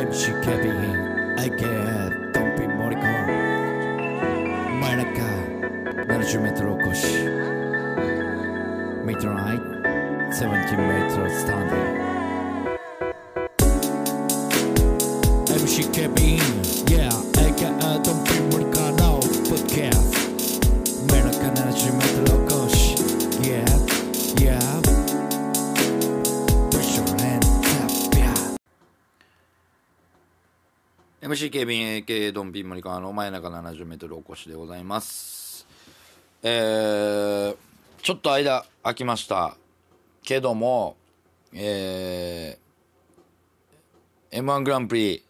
MC ケビン AK ドンピンモリコン真夜中70メートル起こしミッドナイト70メートルスタンディング MC ケビン Yeah AK ドンピンモリコンのポッドキャスト真夜中70メートル起こし Yeah Yeah MC 警備員 AK ドンピンモリカの真夜中70メートルお越しでございます。ちょっと間空きましたけども、M1 グランプリ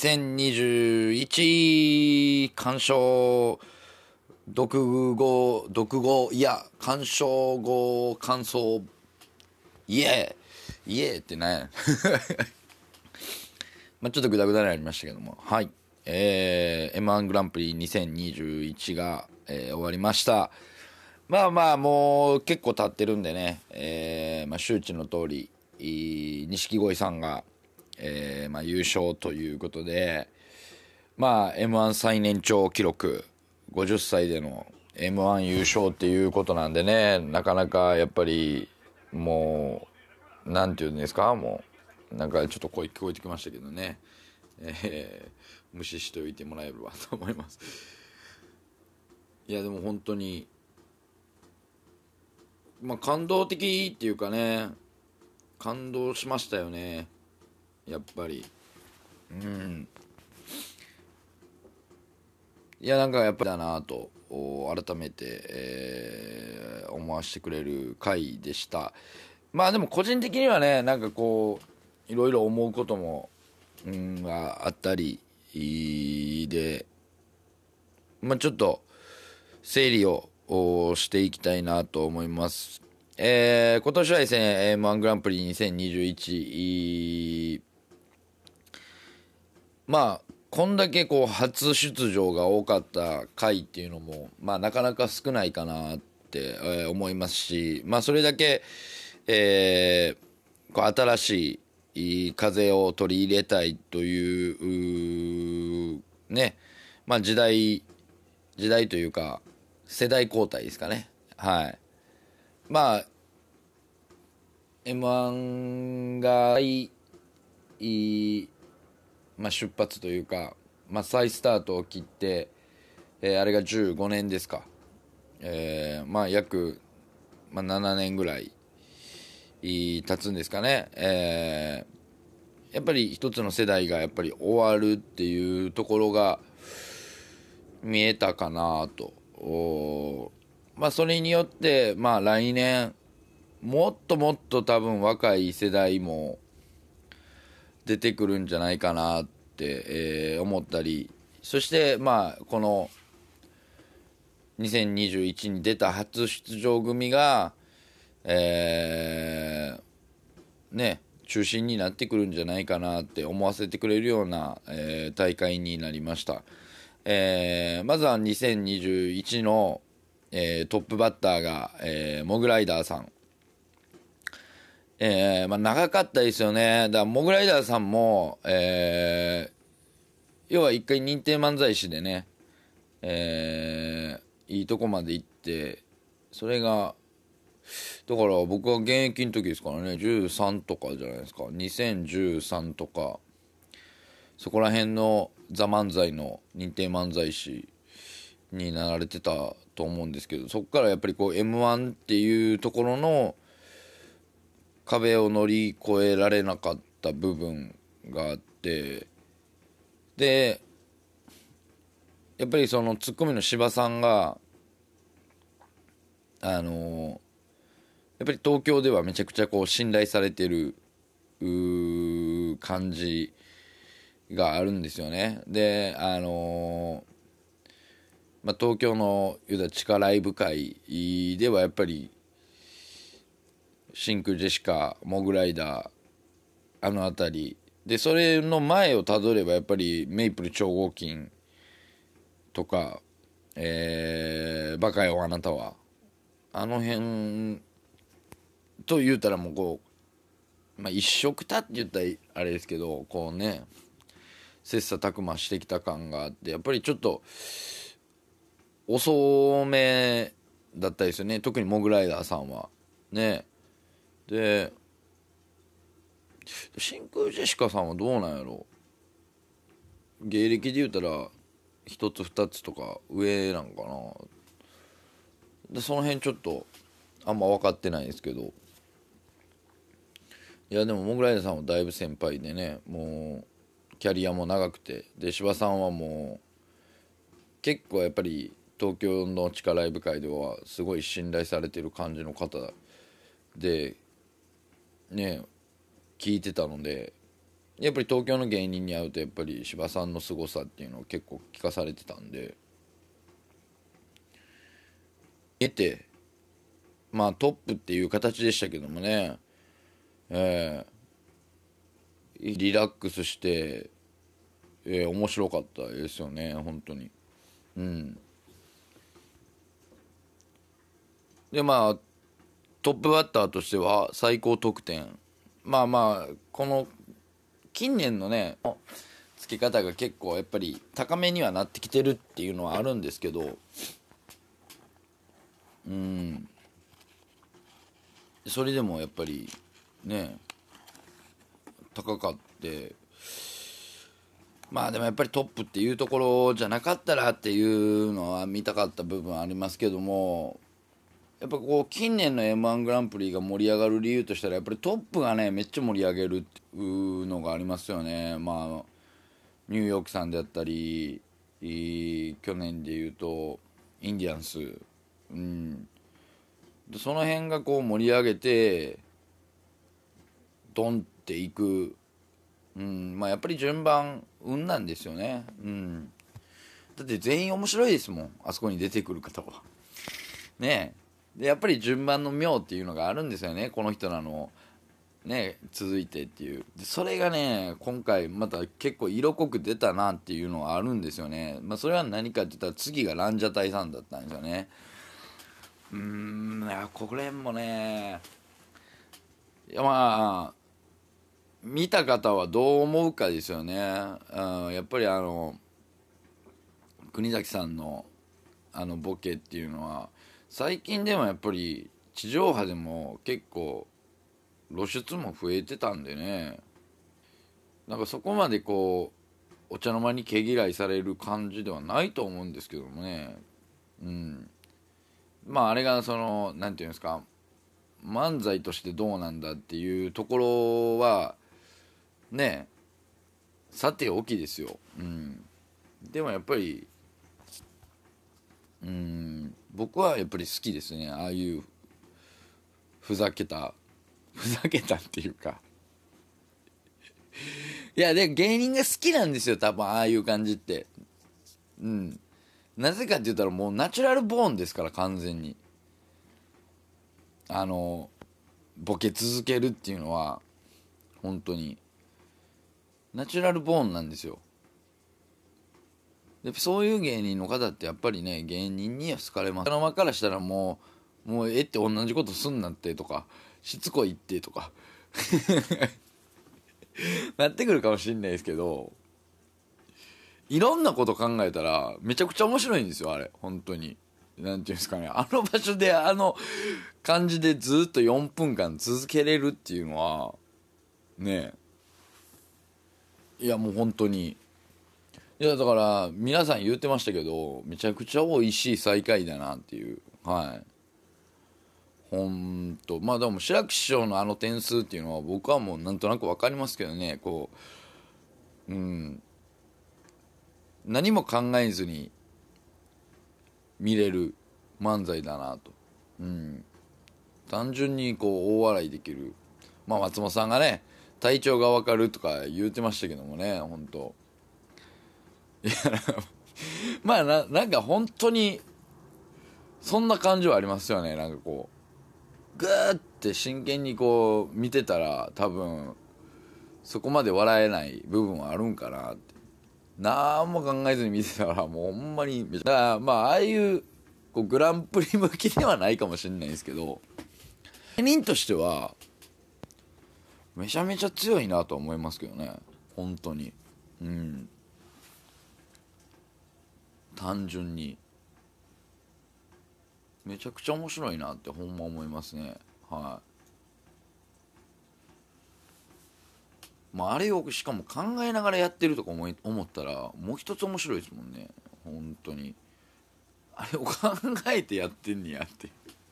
2021鑑賞読後いや鑑賞後感想イエーってなんやまあ、ちょっとグダグダになりましたけども、はい、M1 グランプリ2021が、終わりました。まあまあもう結構経ってるんでね、まあ、周知の通り錦鯉さんが、まあ、優勝ということで、まあ M1 最年長記録50歳での M1 優勝っていうことなんでね、なかなかやっぱりもうなんていうんですか、もうなんかちょっと声聞こえてきましたけどね、無視しておいてもらえればと思います。いやでも本当にまあ感動的っていうかね、感動しましたよね、やっぱり。いやなんかやっぱりだなと改めて、思わせてくれる回でした。まあでも個人的にはね、なんかこういろいろ思うことも、あったりで、まあちょっと整理をしていきたいなと思います。今年はですね M1 グランプリ2021、まあこんだけこう初出場が多かった回っていうのもまあなかなか少ないかなって、思いますし、まあそれだけ、こう新しい風を取り入れたいというね、まあ時代というか世代交代ですかね。はい。まあ M1 がまあ、出発というか、まあ、再スタートを切って、あれが15年ですか、まあ約、まあ、7年ぐらい経つんですかね、やっぱり一つの世代がやっぱり終わるっていうところが見えたかなと。まあそれによってまあ来年もっともっと多分若い世代も出てくるんじゃないかなって、思ったり、そしてまあこの2021に出た初出場組が、ね中心になってくるんじゃないかなって思わせてくれるような、大会になりました。まずは2021の、トップバッターが、モグライダーさん。まあ、長かったですよね。だからモグライダーさんも、要は一回認定漫才師でね、いいとこまで行って、それがだから僕は現役の時ですからね、13とかじゃないですか、2013とかそこら辺のザ・漫才の認定漫才師になられてたと思うんですけど、そこからやっぱりこう M1 っていうところの壁を乗り越えられなかった部分があって、でやっぱりそのツッコミの芝さんがやっぱり東京ではめちゃくちゃこう信頼されてる感じがあるんですよね。でまあ、東京の言うたら地下ライブ界ではやっぱり真空ジェシカ、モグライダー、あの辺りで、それの前をたどればやっぱりメイプル超合金とか、バカよあなたは、あの辺と言うたらもうこう、まあ、一緒くたって言ったらあれですけど、こうね切磋琢磨してきた感があって、やっぱりちょっと遅めだったですよね、特にモグライダーさんはね。で真空ジェシカさんはどうなんやろ、芸歴で言うたら一つ二つとか上なんかな。でその辺ちょっとあんま分かってないですけど、いやでもモグライダーさんはだいぶ先輩でね、もうキャリアも長くて、で柴さんはもう結構やっぱり東京の地下ライブ界ではすごい信頼されてる感じの方でね、聞いてたので、やっぱり東京の芸人に会うとやっぱり柴さんの凄さっていうのを結構聞かされてたんで、得てまあトップっていう形でしたけどもね、リラックスして、面白かったですよね本当に。うん。でまあトップバッターとしては最高得点、まあまあこの近年のねつけ方が結構やっぱり高めにはなってきてるっていうのはあるんですけど、うん、それでもやっぱりね高かって、まあでもやっぱりトップっていうところじゃなかったらっていうのは見たかった部分はありますけども、やっぱこう近年の m 1グランプリが盛り上がる理由としたらやっぱりトップがねめっちゃ盛り上げるっていうのがありますよね。まあニューヨークさんであったり、去年でいうとインディアンス、うん、でその辺がこう盛り上げてドンっていく、うん、まあやっぱり順番運なんですよね、うん、だって全員面白いですもん、あそこに出てくる方はねえ。でやっぱり順番の妙っていうのがあるんですよね、この人らのね続いてっていう。でそれがね今回また結構色濃く出たなっていうのはあるんですよね。まあそれは何かって言ったら次がランジャタイさんだったんですよね。いやこれもね、いやまあ見た方はどう思うかですよね。やっぱり国崎さんのボケっていうのは最近でもやっぱり地上波でも結構露出も増えてたんでね、なんかそこまでこうお茶の間に毛嫌いされる感じではないと思うんですけどもね。うん。まああれがそのなんていうんですか、漫才としてどうなんだっていうところはねさておきですよ。うん。でもやっぱり僕はやっぱり好きですね、ああいうふざけたふざけたっていうか、いやで芸人が好きなんですよ多分ああいう感じって。うん。なぜかって言ったらもうナチュラルボーンですから、完全にボケ続けるっていうのは本当にナチュラルボーンなんですよ。でそういう芸人の方ってやっぱりね芸人には好かれます。生からしたらもうって同じことすんなってとかしつこいってとかなってくるかもしんないですけど、いろんなこと考えたらめちゃくちゃ面白いんですよあれ本当に。なんていうんですかね、あの場所であの感じでずっと4分間続けれるっていうのはねえ、いやもう本当に、いやだから皆さん言ってましたけどめちゃくちゃ美味しい最下位だなっていう。はい、ほんとまあでも志らく師匠のあの点数っていうのは僕はもうなんとなく分かりますけどね、こう何も考えずに見れる漫才だなと。単純にこう大笑いできる。まあ松本さんがね体調が分かるとか言うてましたけどもね、本当まあなんか本当にそんな感じはありますよね。なんかこうグーって真剣にこう見てたら多分そこまで笑えない部分はあるんかなって、何も考えずに見てたらもうほんまにだからまあああいうこうグランプリ向きではないかもしれないですけど、芸人としてはめちゃめちゃ強いなと思いますけどね本当に。うん。 単純にめちゃくちゃ面白いなってほんま思いますね。はい。まあ、あれをしかも考えながらやってるとか思ったらもう一つ面白いですもんね。本当にあれを考えてやってんねやって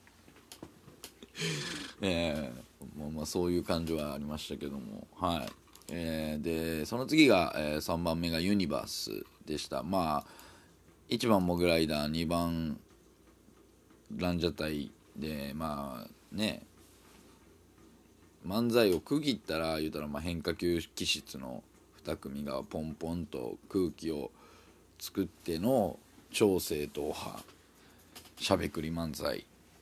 まあそういう感じはありましたけども、はい。でその次が、3番目がユニバースでした。まあ1番モグライダー、2番ランジャタイで、まあね、漫才を区切ったら言うたら、まあ変化球気質の2組がポンポンと空気を作っての超正統派しゃべくり漫才、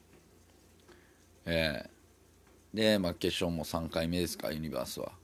で、まあ、決勝も3回目ですか、ユニバースは。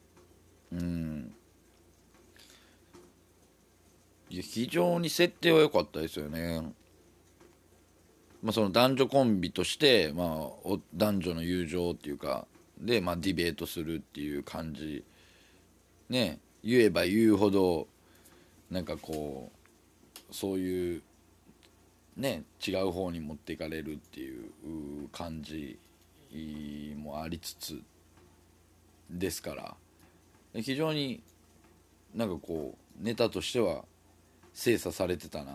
いや非常に設定は良かったですよね。まあ、その男女コンビとして、まあ、男女の友情っていうかで、まあ、ディベートするっていう感じね。言えば言うほどなんかこうそういうね違う方に持っていかれるっていう感じもありつつですから、非常になんかこうネタとしては精査されてたなって。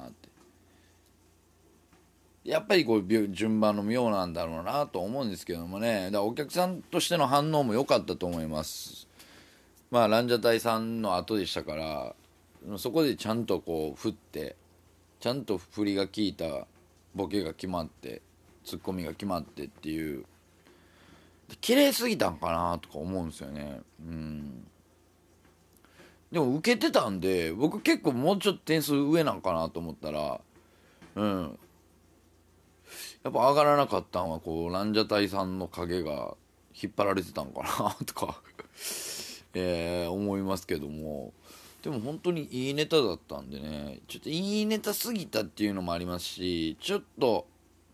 やっぱりこう順番の妙なんだろうなと思うんですけどもね。だからお客さんとしての反応も良かったと思います。まあランジャタイさんの後でしたから、そこでちゃんとこう振ってちゃんと振りが効いたボケが決まってツッコミが決まってっていう、綺麗すぎたんかなとか思うんですよね。でも受けてたんで僕結構もうちょっと点数上なんかなと思ったら、やっぱ上がらなかったんはこうランジャタイさんの影が引っ張られてたんかなとか思いますけども、でも本当にいいネタだったんでね、ちょっといいネタすぎたっていうのもありますし、ちょっと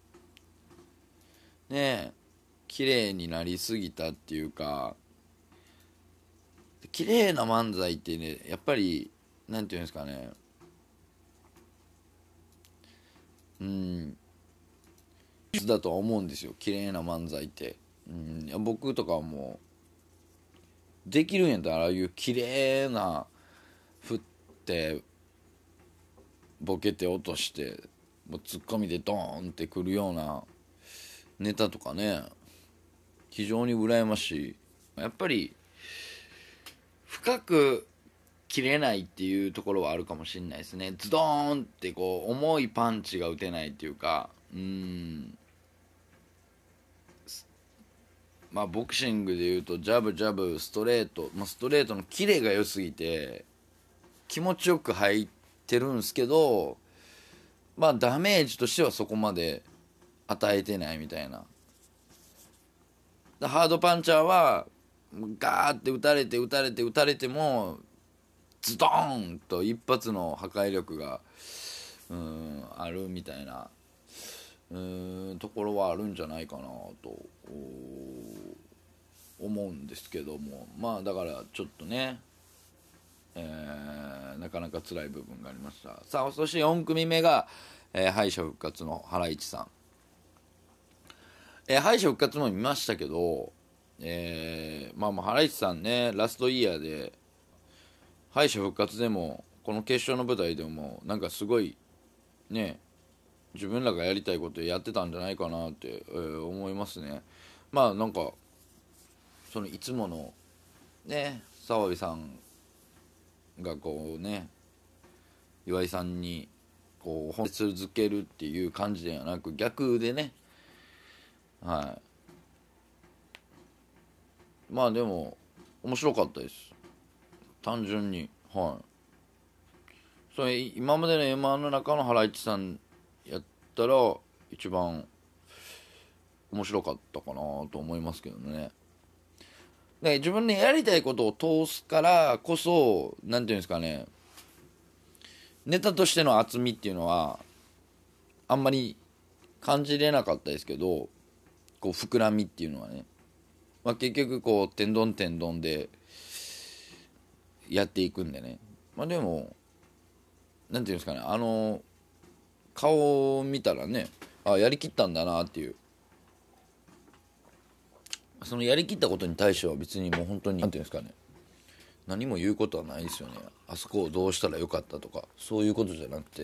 ね綺麗になりすぎたっていうか、綺麗な漫才ってねやっぱりなんていうんですかね、だとは思うんですよ、綺麗な漫才って。僕とかはもうできるんやったらああいう綺麗な振ってボケて落としてもうツッコミでドーンってくるようなネタとかね、非常に羨ましい。やっぱり深く切れないっていうところはあるかもしれないですね。ズドーンってこう重いパンチが打てないっていうか、まあボクシングでいうとジャブジャブストレート、まあ、ストレートのキレが良すぎて気持ちよく入ってるんすけど、まあダメージとしてはそこまで与えてないみたいな。ハードパンチャーはガーって打たれてもズドーンと一発の破壊力があるみたいなところはあるんじゃないかなと思うんですけども、まあだからちょっとね、なかなか辛い部分がありました。さあそして4組目が、敗者復活のハライチさん。敗者復活も見ましたけど、まあまあハライチさんねラストイヤーで敗者復活でもこの決勝の舞台でもなんかすごいね自分らがやりたいことやってたんじゃないかなって、思いますね。まあなんかそのいつものね澤部さんがこうね岩井さんにこう本続けるっていう感じではなく逆でね、はい、まあでも面白かったです、単純に。はい。それ今までの M−1 の中のハライチさんやったら一番面白かったかなと思いますけどね。で自分でやりたいことを通すからこそなんていうんですかね、ネタとしての厚みっていうのはあんまり感じれなかったですけど、こう膨らみっていうのはね、まあ、結局こう天丼天丼でやっていくんでね。まあでもなんていうんですかね、 顔を見たらね、あ、やりきったんだなっていう、そのやりきったことに対しては別にもう本当に何ていうんですかね、何も言うことはないですよね。あそこをどうしたらよかったとかそういうことじゃなくて、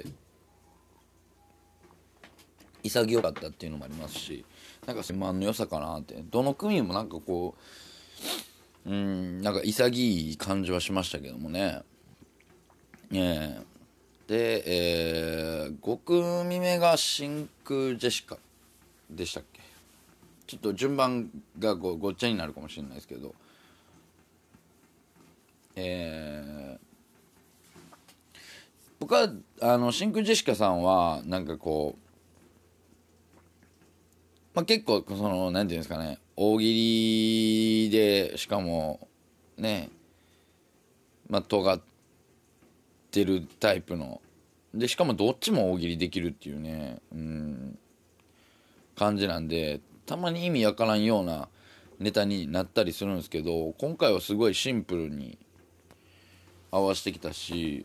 潔かったっていうのもありますし、なんか自慢の良さかなって、どの組もなんかこう、なんか潔い感じはしましたけどもね。で、5組目が真空ジェシカでしたっけ。ちょっと順番がごっちゃになるかもしれないですけど、僕は真空ジェシカさんはなんかこう、結構そのなんていうんですかね、大喜利でしかもね、尖ってるタイプので、しかもどっちも大喜利できるっていうね、感じなんで、たまに意味わからんようなネタになったりするんですけど、今回はすごいシンプルに合わせてきたし、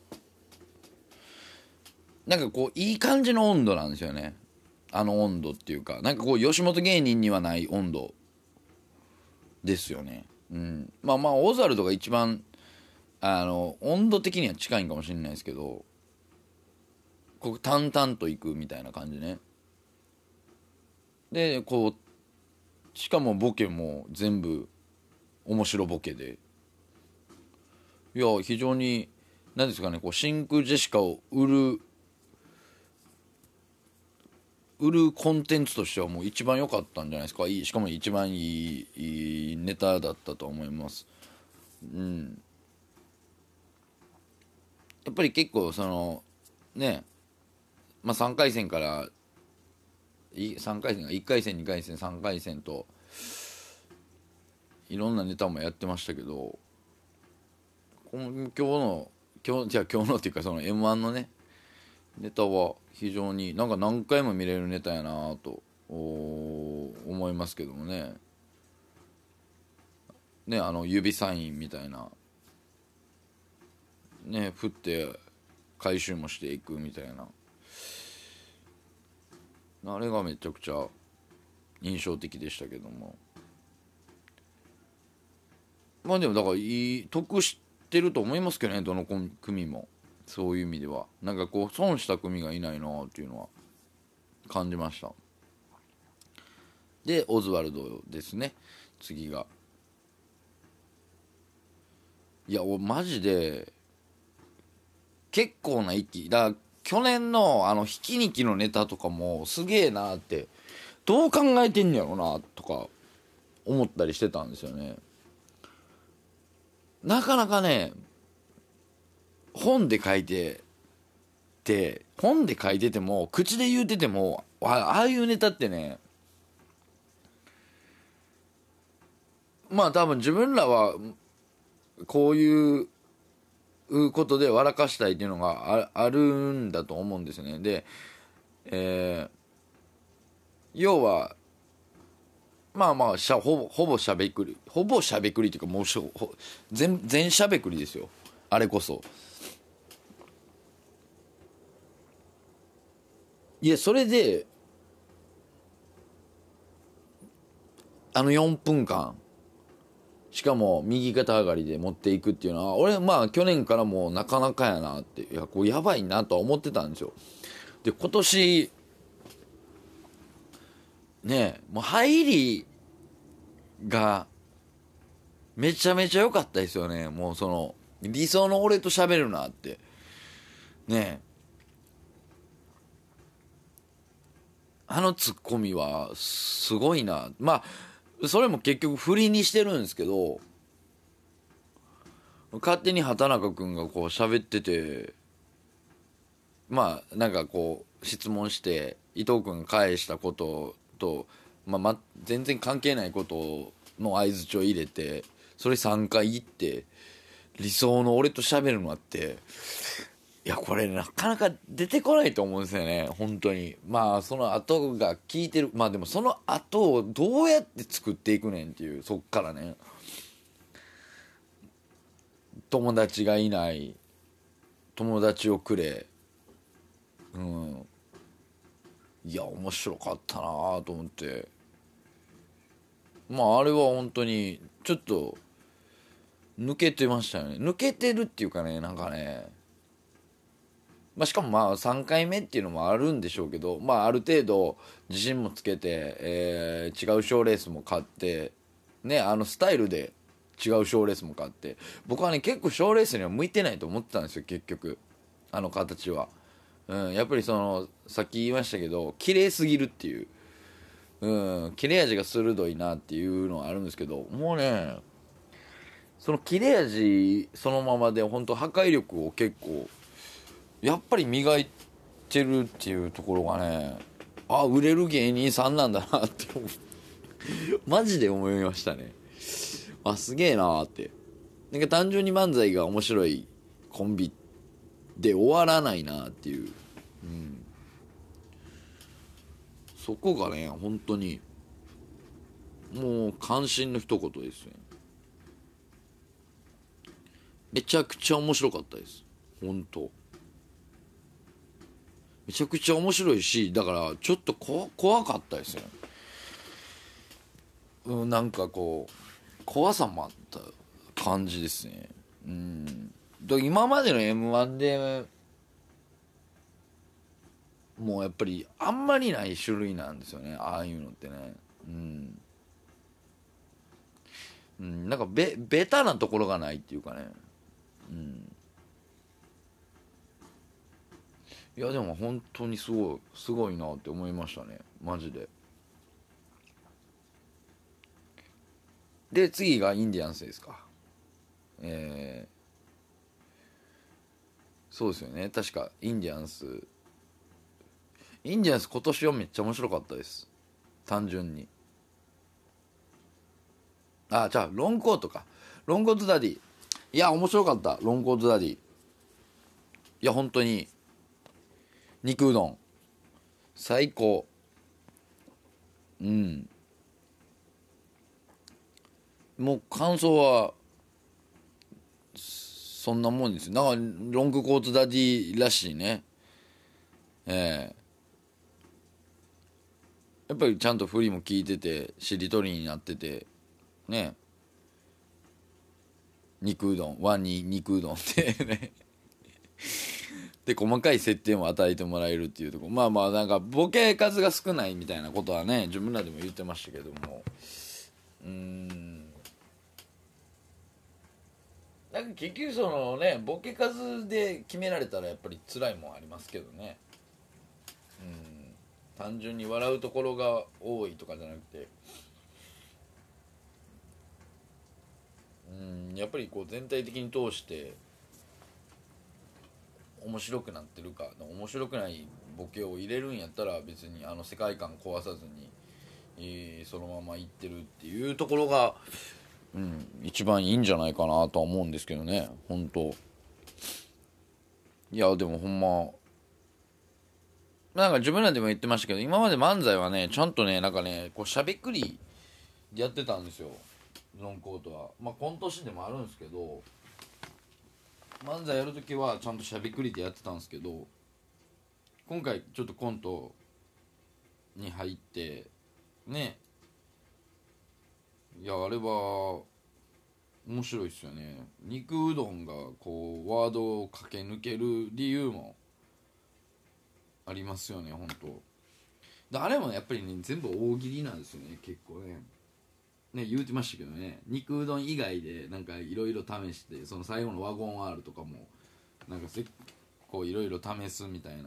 なんかこういい感じの温度なんですよね。あの温度っていうか、なんかこう吉本芸人にはない温度ですよね。オズワルドが一番温度的には近いんかもしれないですけど、こう淡々といくみたいな感じね。でこうしかもボケも全部面白ボケで、いや非常に何ですかね、こう真空ジェシカを売るコンテンツとしてはもう一番良かったんじゃないですか。しかも一番いいネタだったと思います。やっぱり結構そのね、3回戦から3回戦が1回戦2回戦3回戦といろんなネタもやってましたけど、今日のっていうかその M1 のねネタは非常になんか何回も見れるネタやなと思いますけどもね。指サインみたいなね、振って回収もしていくみたいな、あれがめちゃくちゃ印象的でしたけども、でもだから得してると思いますけどね、どの組も。そういう意味ではなんかこう損した組がいないなっていうのは感じました。でオズワルドですね、次が。いやマジで結構な域だから、去年の引きにきのネタとかもすげえなって、どう考えてんやろなとか思ったりしてたんですよね。なかなかね、本で書いてても口で言うててもああいうネタってね、多分自分らはこういうことで笑かしたいっていうのがあるんだと思うんですよね。で、要はほぼしゃべくりっていうか、もう全しゃべくりですよ、あれこそ。いやそれで4分間しかも右肩上がりで持っていくっていうのは、俺去年からもうなかなかやなって、いやこうやばいなとは思ってたんですよ。で今年ね、もう入りがめちゃめちゃ良かったですよね。もうその理想の俺と喋るなってね、あのツッコミはすごいな。それも結局振りにしてるんですけど、勝手に畑中君がこう喋ってて、なんかこう質問して伊藤君が返したことと、全然関係ないことの相槌を入れて、それ3回言って理想の俺と喋るのあって、いやこれなかなか出てこないと思うんですよね本当に。その後が聞いてる。でもその後をどうやって作っていくねんっていう、そっからね、友達がいない、友達をくれ、 いや面白かったなと思って、まああれは本当にちょっと抜けてましたよね。抜けてるっていうかね、なんかね、まあ、しかもまあ3回目っていうのもあるんでしょうけど、まあある程度自信もつけて、違う賞レースも勝ってね、あのスタイルで違う賞レースも勝って、僕はね結構賞レースには向いてないと思ってたんですよ結局、あの形は。やっぱりそのさっき言いましたけど綺麗すぎるっていう、切れ味が鋭いなっていうのはあるんですけど、もうねその切れ味そのままで本当破壊力を結構やっぱり磨いてるっていうところがね、あ、売れる芸人さんなんだなってマジで思いましたね。あ、すげえなーって。なんか単純に漫才が面白いコンビで終わらないなっていう、そこがね本当にもう感心の一言ですね。めちゃくちゃ面白かったです、本当。めちゃくちゃ面白いし、だからちょっと怖かったですよ、なんかこう怖さもあった感じですね。今までの m 1でもうやっぱりあんまりない種類なんですよね、ああいうのってね。なんかベタなところがないっていうかね。いやでも本当にすごいなって思いましたねマジで。で次がインディアンスですか。えそうですよね、確かインディアンス今年はめっちゃ面白かったです、単純に。あ、じゃあロングコートか。ロングコートダディ、いや面白かったロングコートダディ。いや本当に肉うどん最高。もう感想はそんなもんですよ。なんかロングコートダディらしいね。ええやっぱりちゃんと振りも聞いててしりとりになっててね、肉うどんワに肉うどんってねで細かい設定も与えてもらえるっていうところ、まあまあなんかボケ数が少ないみたいなことはね自分らでも言ってましたけども、なんか結局そのねボケ数で決められたらやっぱり辛いもんありますけどね。単純に笑うところが多いとかじゃなくて、やっぱりこう全体的に通して面白くなってるか、面白くないボケを入れるんやったら別にあの世界観壊さずに、そのままいってるっていうところが、一番いいんじゃないかなとは思うんですけどね本当。いやでもほんまなんか自分らでも言ってましたけど、今まで漫才はねちゃんとねなんかねこうしゃべくりでやってたんですよ、ゾンコートは。まあコント師でもあるんですけど、漫才やるときはちゃんとしゃべくりでやってたんですけど、今回ちょっとコントに入ってね、いやあれは面白いっすよね。肉うどんがこうワードを駆け抜ける理由もありますよね本当。であれもやっぱりね全部大喜利なんですよね結構ね。言うてましたけどね、肉うどん以外でなんかいろいろ試して、その最後のワゴン R とかもなんかこういろいろ試すみたいな。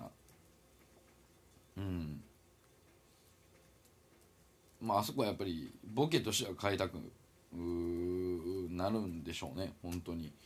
まああそこはやっぱりボケとしては変えたくなるんでしょうね本当に。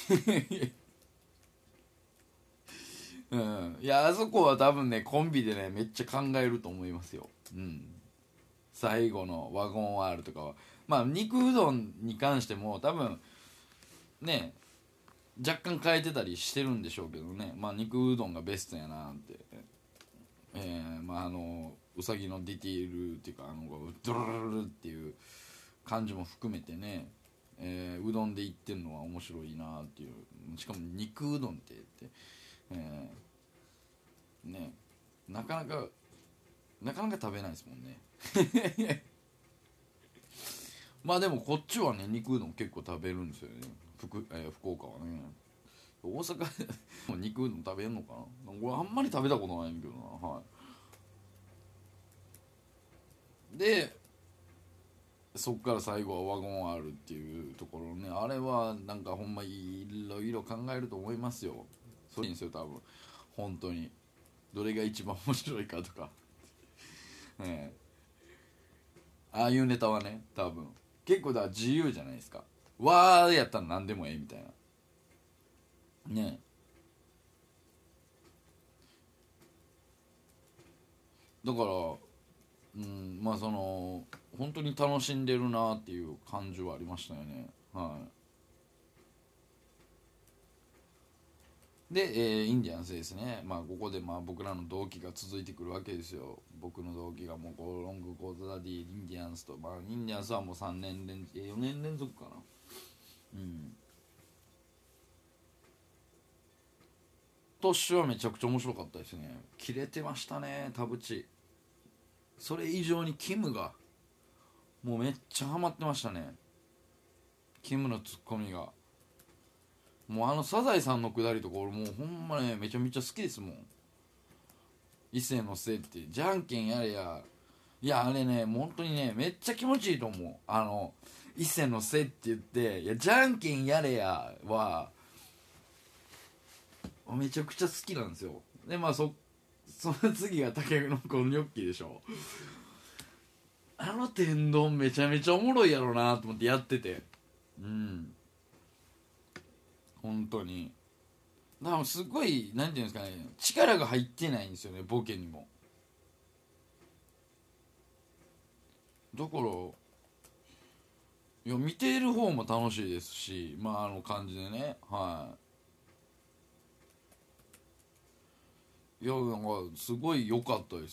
いやあそこは多分ねコンビでねめっちゃ考えると思いますよ。最後のワゴン R とかは、まあ肉うどんに関しても多分ね若干変えてたりしてるんでしょうけどね、まあ肉うどんがベストやなって。まあうさぎのディティールっていうかドゥルルルルっていう感じも含めてね、うどんでいってるのは面白いなっていう。しかも肉うどんって言って、ねなかなかなかなか食べないですもんねまあでもこっちはね肉うどん結構食べるんですよね。福岡はね。大阪でも肉うどん食べんのかな。俺あんまり食べたことないんだけどな。はい。でそっから最後はワゴン R っていうところね、あれはなんかほんまいろいろ考えると思いますよ。そういいんですよ多分。本当にどれが一番面白いかとかね。ああいうネタはね多分結構だから自由じゃないですか。わーやったら何でもええみたいなね。だからまあその本当に楽しんでるなっていう感じはありましたよね。で、インディアンスですね。まあここでまあ僕らの同期が続いてくるわけですよ。僕の同期がもうロングコートダディ、インディアンスと、まあインディアンスはもう3年連4年連続かな。うん年はめちゃくちゃ面白かったですね。キレてましたね田淵。それ以上にキムがもうめっちゃハマってましたね。キムのツッコミがもうサザエさんのくだりとか俺もうほんまねめちゃめちゃ好きですもん。異性のせいってじゃんけんやれや。いやあれねもう本当にねめっちゃ気持ちいいと思う。異性のせいって言っていやじゃんけんやれやはめちゃくちゃ好きなんですよ。でまあその次が竹の子ニョッキでしょ。天丼めちゃめちゃおもろいやろなと思ってやってて本当にだからすごいなんていうんですかね力が入ってないんですよねボケにも。だからいや見ている方も楽しいですしまあ感じでねいやなんかすごい良かったです。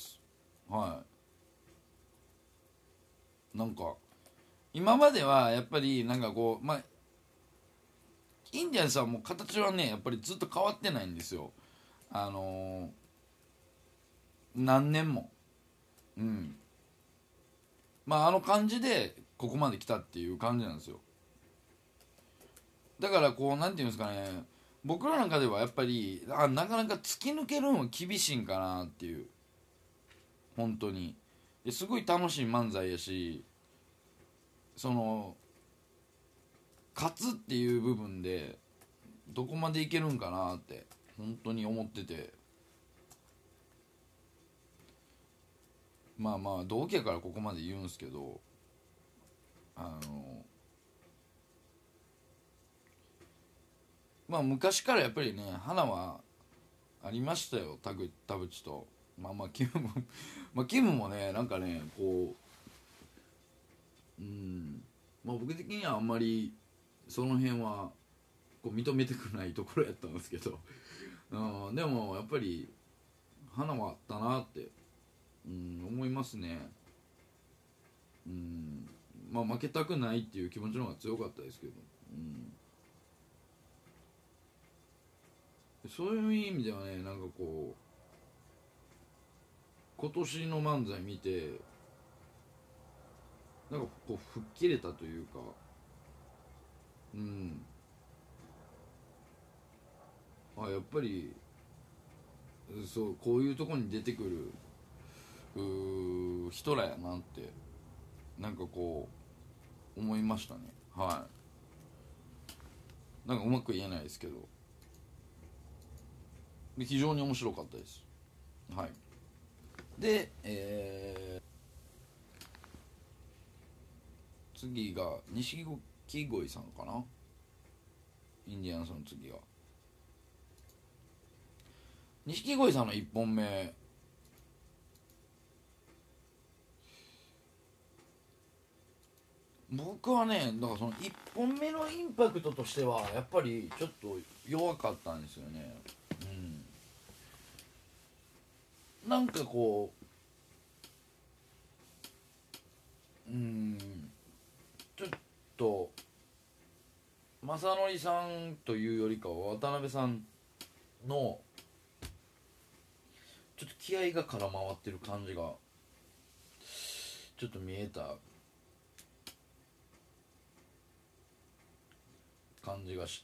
なんか今まではやっぱりなんかこうまあインディアンスはもう形はねやっぱりずっと変わってないんですよ。あの何年もまあ感じでここまで来たっていう感じなんですよ。だからこうなんていうんですかね僕らなんかではやっぱりなかなか突き抜けるのは厳しいんかなっていう本当にすごい楽しい漫才やしその勝つっていう部分でどこまでいけるんかなって本当に思っててまあまあ同期やからここまで言うんすけどあのまあ昔からやっぱりね花はありましたよ田淵とまあまあキムもまあキムもねなんかねこうまあ僕的にはあんまりその辺はこう認めてくないところやったんですけどでもやっぱり花はあったなって思いますね。まあ負けたくないっていう気持ちの方が強かったですけどそういう意味ではねなんかこう今年の漫才見てなんかこう吹っ切れたというかうんやっぱりそうこういうとこに出てくる人らやなってなんかこう思いましたね。なんかうまく言えないですけど非常に面白かったです。で、次が錦鯉さんかな。インディアンスの次が錦鯉さんの1本目僕はねだからその1本目のインパクトとしてはやっぱりちょっと弱かったんですよね。なんかこうちょっと正則さんというよりかは渡辺さんのちょっと気合が空回ってる感じがちょっと見えた感じがして、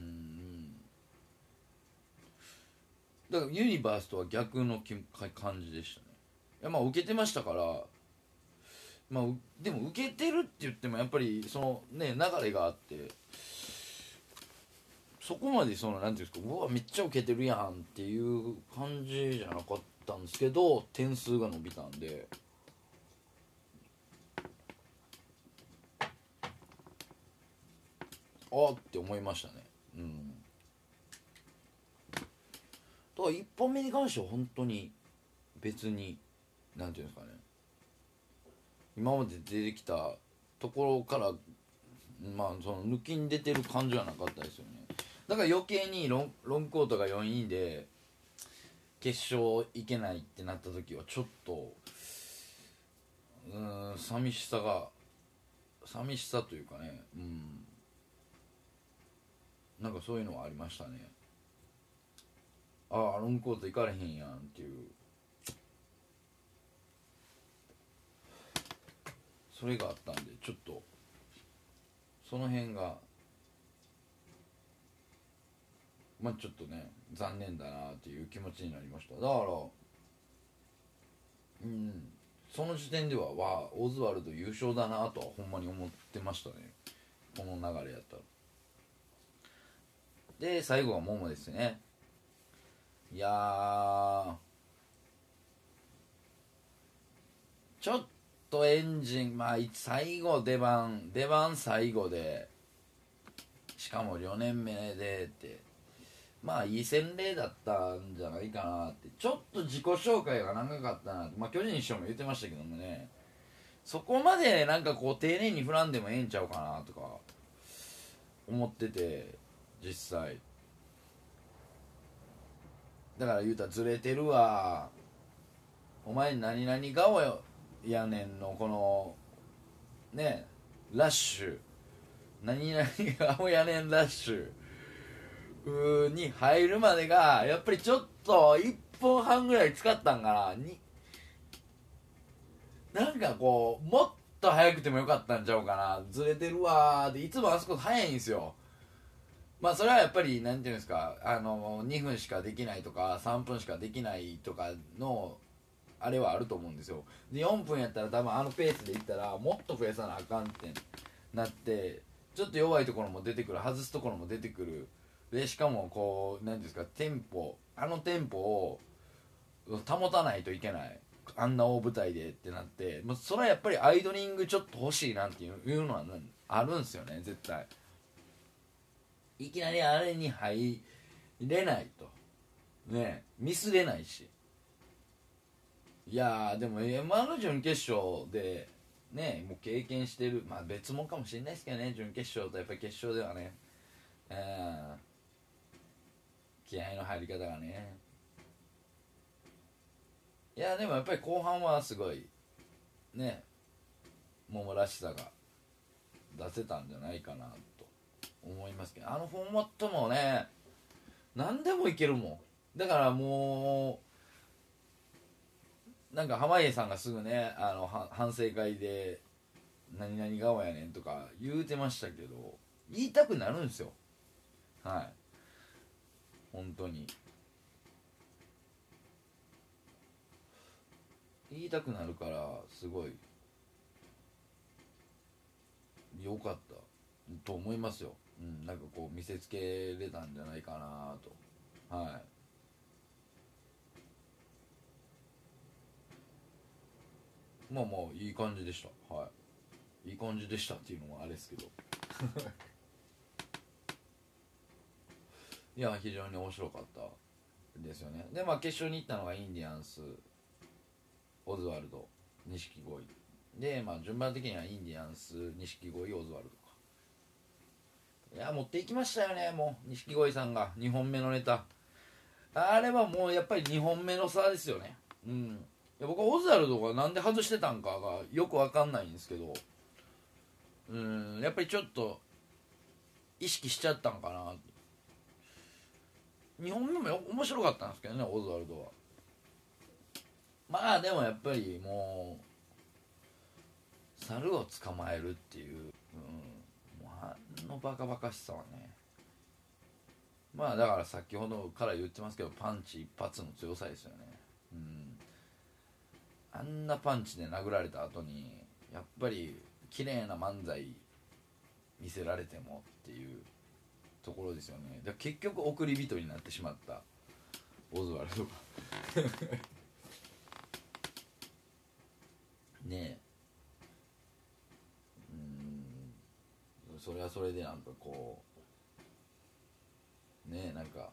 だからユニバースとは逆の感じでしたね。いやまあ受けてましたから、まあでも受けてるって言ってもやっぱりそのね流れがあって、そこまでそのなんていうんですか、うわめっちゃ受けてるやんっていう感じじゃなかったんですけど、点数が伸びたんで、あって思いましたね。だから1本目に関しては本当に別になんていうんですかね、今まで出てきたところからまあその抜きに出てる感じはなかったですよね。だから余計にロンコートが4位で決勝行けないってなった時はちょっと寂しさというかね、なんかそういうのはありましたね。ああロンコート行かれへんやんっていう、それがあったんでちょっとその辺がまあちょっとね残念だなっていう気持ちになりました。だからその時点ではオズワルド優勝だなとはほんまに思ってましたね、この流れやったら。で最後はモモですね。いやーちょっとエンジンまあ最後出番最後で、しかも4年目でってまあいい洗礼だったんじゃないかなって。ちょっと自己紹介が長かったなって、まあ巨人師匠も言ってましたけどもね、そこまでなんかこう丁寧に振らんでもええんちゃうかなとか思ってて、実際だから言うたらずれてるわ、お前何々顔やねんのこのねラッシュ、何々顔やねんラッシュに入るまでがやっぱりちょっと1分半ぐらい使ったんかなに、なんかこうもっと早くてもよかったんちゃうかな、ずれてるわーで、いつもあそこ早いんですよ。まあそれはやっぱりなんていうんですか、2分しかできないとか3分しかできないとかのあれはあると思うんですよ。で4分やったら多分あのペースでいったらもっと増やさなあかんってなって、ちょっと弱いところも出てくる、外すところも出てくる。でしかもこう何ですか、テンポを保たないといけない、あんな大舞台でってなって、もうそれはやっぱりアイドリングちょっと欲しいなんていうのはあるんですよね絶対。いきなりあれに入れないとね、ミスれないし。いやでも M−1 の準決勝でねもう経験してる、まあ別物かもしれないですけどね、準決勝とやっぱり決勝ではね、気合の入り方がね。いやでもやっぱり後半はすごいね桃らしさが出せたんじゃないかなと思いますけど、あのフォーマットもね何でもいけるもん。だからもうなんか濱家さんがすぐね反省会で何々顔やねんとか言うてましたけど、言いたくなるんですよ。はい本当に言いたくなるからすごい良かったと思いますよ。なんかこう見せつけれたんじゃないかなと。はいまあまあいい感じでした。いい感じでしたっていうのもあれですけどいや非常に面白かったですよね。でまあ決勝に行ったのがインディアンス、オズワルド、錦鯉で、まあ順番的にはインディアンス、錦鯉、オズワルドか。いや持っていきましたよね、もう錦鯉さんが2本目のネタ、あれはもうやっぱり2本目の差ですよね。いや僕はオズワルドがなんで外してたんかがよく分かんないんですけど、やっぱりちょっと意識しちゃったんかな。2本目も面白かったんですけどね、オズワルドは。まあでもやっぱりも猿を捕まえるっていう、もうあのバカバカしさはね、まあだから先ほどから言ってますけど、パンチ一発の強さですよね。あんなパンチで殴られた後にやっぱり綺麗な漫才見せられてもっていうところですよね。だから結局送り人になってしまったオズワルドがねえ、それはそれでなんかこうねえ、なんか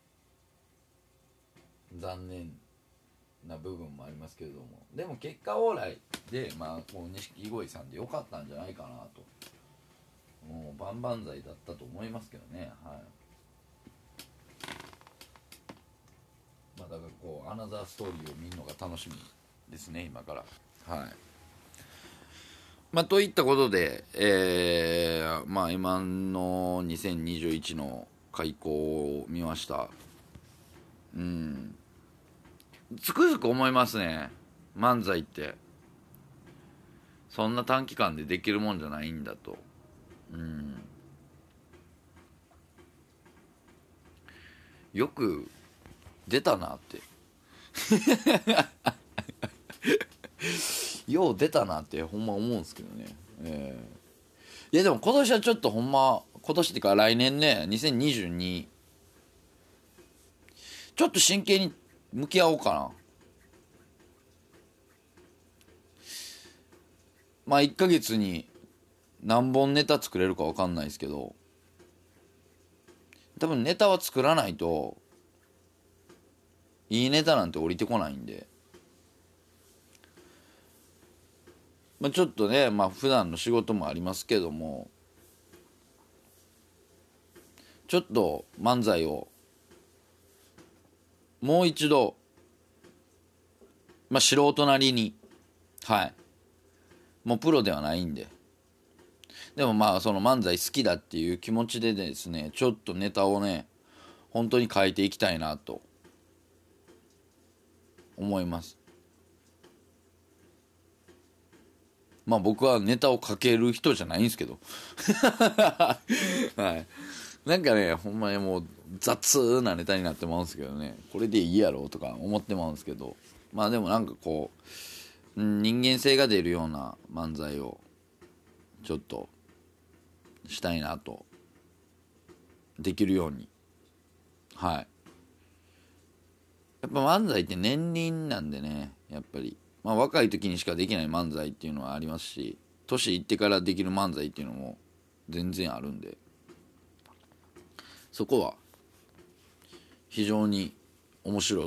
残念な部分もありますけれども、でも結果オーライで、まあこう錦鯉さんで良かったんじゃないかなと、もう万々歳だったと思いますけどね。はい。まあだからこうアナザーストーリーを見るのが楽しみですね、今から。はい。まあといったことで、まあ M−1 の2021の開講を見ました。つくづく思いますね、漫才ってそんな短期間でできるもんじゃないんだと。よく出たなってよう出たなってほんま思うんですけどね。いやでも今年はちょっとほんま、今年ってか来年ね、2022、ちょっと真剣に向き合おうかな。まあ1ヶ月に何本ネタ作れるか分かんないですけど、多分ネタは作らないといいネタなんて降りてこないんで、まあ、ちょっとね、まあ普段の仕事もありますけども、ちょっと漫才をもう一度、まあ素人なりに、はい、もうプロではないんで、でもまあその漫才好きだっていう気持ちでですね、ちょっとネタをね本当に変えていきたいなと思います。まあ僕はネタを書ける人じゃないんですけどはい、なんかねほんまにもう雑なネタになってまうんですけどね、これでいいやろとか思ってまうんですけど、まあでもなんかこう人間性が出るような漫才をちょっとしたいなと、できるように。はい、やっぱ漫才って年輪なんでね、やっぱり、まあ、若い時にしかできない漫才っていうのはありますし、年いってからできる漫才っていうのも全然あるんで、そこは非常に面白い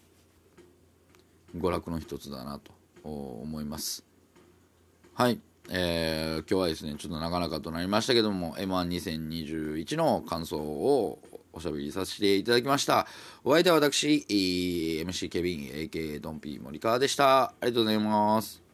娯楽の一つだなと思います。はい、今日はですねちょっとなかなかとなりましたけども、 M−12021 の感想をおしゃべりさせていただきました。お相手は私、MC ケビン AK ドンピー森川でした。ありがとうございます。